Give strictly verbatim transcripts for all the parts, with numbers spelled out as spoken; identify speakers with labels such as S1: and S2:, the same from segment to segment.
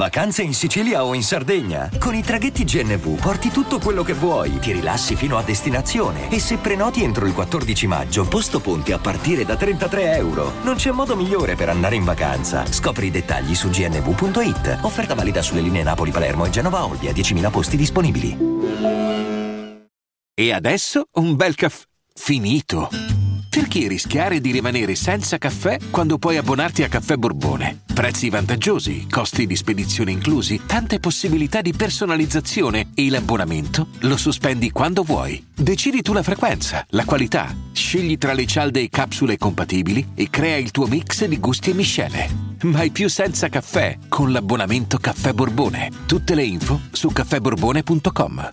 S1: Vacanze in Sicilia o in Sardegna? Con i traghetti G N V porti tutto quello che vuoi, ti rilassi fino a destinazione e se prenoti entro il quattordici maggio, posto ponti a partire da trentatré euro. Non c'è modo migliore per andare in vacanza. Scopri i dettagli su g n v punto i t. Offerta valida sulle linee Napoli-Palermo e Genova-Olbia, diecimila posti disponibili.
S2: E adesso un bel caffè finito. Perché rischiare di rimanere senza caffè quando puoi abbonarti a Caffè Borbone? Prezzi vantaggiosi, costi di spedizione inclusi, tante possibilità di personalizzazione e l'abbonamento lo sospendi quando vuoi. Decidi tu la frequenza, la qualità, scegli tra le cialde e capsule compatibili e crea il tuo mix di gusti e miscele. Mai più senza caffè con l'abbonamento Caffè Borbone. Tutte le info su caffè borbone punto com.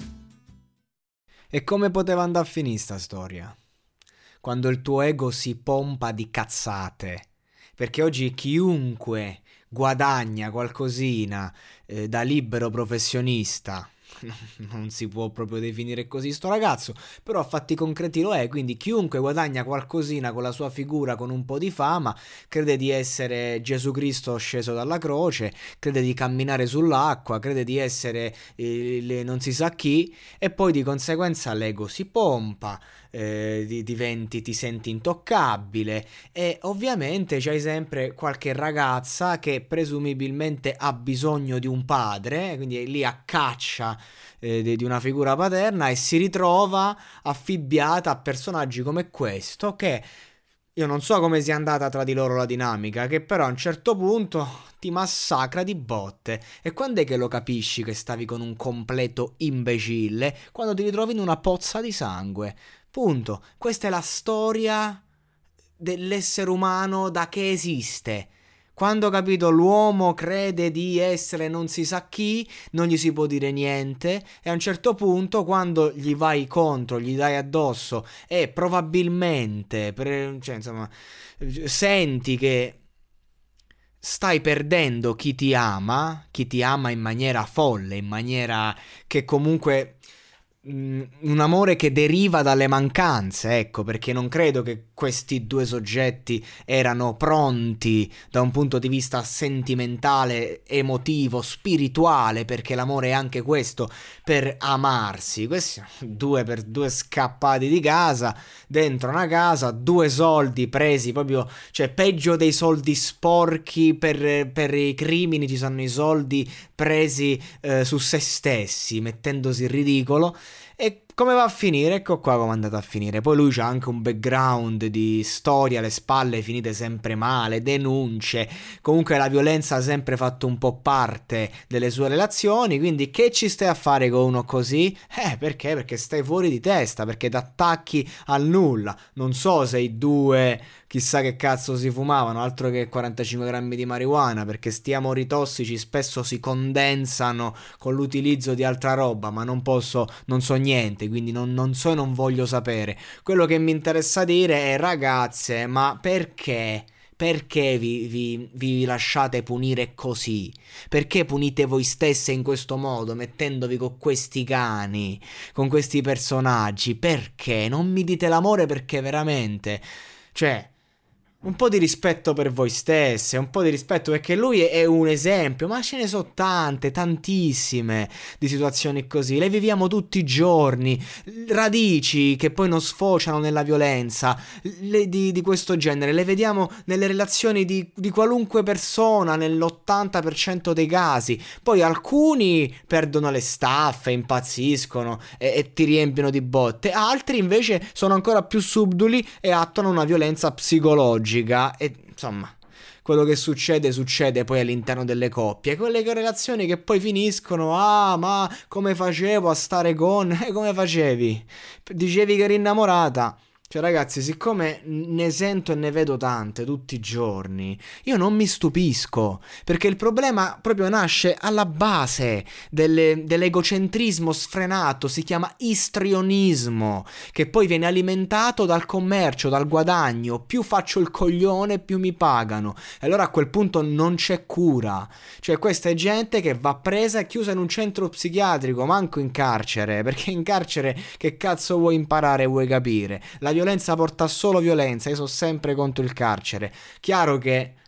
S3: E come poteva andare a finire sta storia? Quando il tuo ego si pompa di cazzate, perché oggi chiunque guadagna qualcosina eh, da libero professionista, non si può proprio definire così sto ragazzo, però a fatti concreti lo è, quindi chiunque guadagna qualcosina con la sua figura, con un po' di fama, crede di essere Gesù Cristo sceso dalla croce, crede di camminare sull'acqua, crede di essere eh, le, non si sa chi, e poi di conseguenza l'ego si pompa, eh, diventi, ti senti intoccabile e ovviamente c'hai sempre qualche ragazza che presumibilmente ha bisogno di un padre, quindi è lì a caccia eh, di una figura paterna e si ritrova affibbiata a personaggi come questo che io non so come sia andata tra di loro la dinamica, che però a un certo punto ti massacra di botte. E quando è che lo capisci che stavi con un completo imbecille? Quando ti ritrovi in una pozza di sangue. Punto. Questa è la storia dell'essere umano da che esiste. Quando, capito, l'uomo crede di essere non si sa chi, non gli si può dire niente e a un certo punto quando gli vai contro, gli dai addosso e probabilmente, per, cioè, insomma, senti che stai perdendo chi ti ama, chi ti ama in maniera folle, in maniera che comunque un amore che deriva dalle mancanze, ecco, perché non credo che questi due soggetti erano pronti da un punto di vista sentimentale, emotivo, spirituale, perché l'amore è anche questo, per amarsi. Questi due per due scappati di casa, dentro una casa, due soldi presi proprio, cioè peggio dei soldi sporchi per, per i crimini, ci sono i soldi presi eh, su se stessi, mettendosi in ridicolo. E come va a finire? Ecco qua come è andata a finire. Poi lui c'ha anche un background di storia alle spalle finite sempre male, denunce, comunque la violenza ha sempre fatto un po' parte delle sue relazioni, quindi che ci stai a fare con uno così? Eh, perché? Perché stai fuori di testa, perché ti attacchi al nulla. Non so se i due chissà che cazzo si fumavano, altro che quarantacinque grammi di marijuana, perché sti amori tossici spesso si condensano con l'utilizzo di altra roba, ma non posso, non so niente, quindi non, non so e non voglio sapere. Quello che mi interessa dire è: ragazze, ma perché? Perché vi, vi, vi lasciate punire così? Perché punite voi stesse in questo modo, mettendovi con questi cani, con questi personaggi? Perché? Non mi dite l'amore perché veramente, cioè, un po' di rispetto per voi stesse, un po' di rispetto, perché lui è un esempio, ma ce ne sono tante, tantissime di situazioni così, le viviamo tutti i giorni, radici che poi non sfociano nella violenza, le, di, di questo genere, le vediamo nelle relazioni di, di qualunque persona, nell'ottanta per cento dei casi, poi alcuni perdono le staffe, impazziscono e, e ti riempiono di botte, altri invece sono ancora più subdoli e attuano una violenza psicologica. E insomma, quello che succede succede poi all'interno delle coppie, quelle relazioni che poi finiscono: ah, ma come facevo a stare con, e come facevi? Dicevi che eri innamorata. Cioè, ragazzi, siccome ne sento e ne vedo tante tutti i giorni, io non mi stupisco, perché il problema proprio nasce alla base delle, dell'egocentrismo sfrenato, si chiama istrionismo, che poi viene alimentato dal commercio, dal guadagno. Più faccio il coglione, più mi pagano. E allora a quel punto non c'è cura. Cioè, questa è gente che va presa e chiusa in un centro psichiatrico, manco in carcere, perché in carcere che cazzo vuoi imparare, vuoi capire? La violenza porta solo violenza, io sono sempre contro il carcere. Chiaro che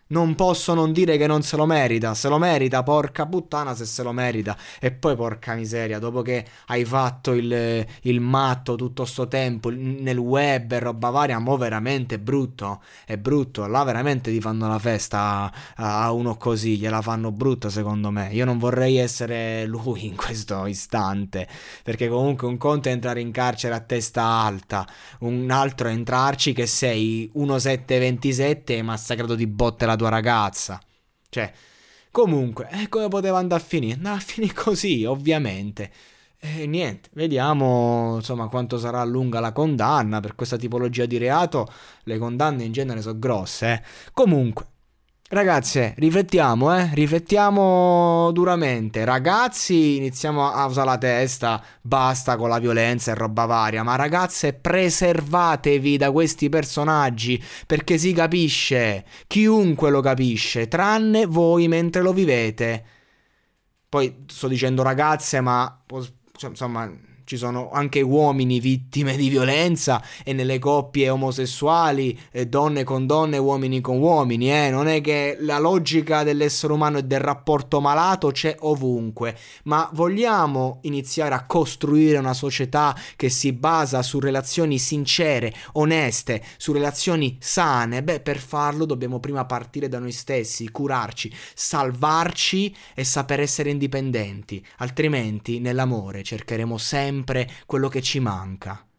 S3: Non posso non dire che non se lo merita. Se lo merita, porca puttana se se lo merita. E poi porca miseria, dopo che hai fatto il, il matto tutto sto tempo nel web e roba varia, mo veramente è brutto. È brutto. Là veramente ti fanno la festa a, a uno così. Gliela fanno brutta secondo me. Io non vorrei essere lui in questo istante. Perché comunque un conto è entrare in carcere a testa alta. Un altro è entrarci che sei uno sette ventisette e massacrato di botte la tua ragazza. Cioè, comunque, eh, come poteva andare a finire? Andava a finire così, ovviamente. E niente, vediamo insomma quanto sarà lunga la condanna per questa tipologia di reato. Le condanne in genere sono grosse, eh. Comunque, ragazze, riflettiamo, eh, riflettiamo duramente. Ragazzi, iniziamo a usare la testa, basta con la violenza e roba varia. Ma ragazze, preservatevi da questi personaggi, perché si capisce, chiunque lo capisce, tranne voi mentre lo vivete. Poi sto dicendo ragazze, ma cioè, insomma, ci sono anche uomini vittime di violenza e nelle coppie omosessuali, eh, donne con donne, uomini con uomini, eh. Non è che la logica dell'essere umano e del rapporto malato c'è ovunque, ma vogliamo iniziare a costruire una società che si basa su relazioni sincere, oneste, su relazioni sane? Beh, per farlo dobbiamo prima partire da noi stessi, curarci, salvarci e saper essere indipendenti, altrimenti nell'amore cercheremo sempre quello che ci manca.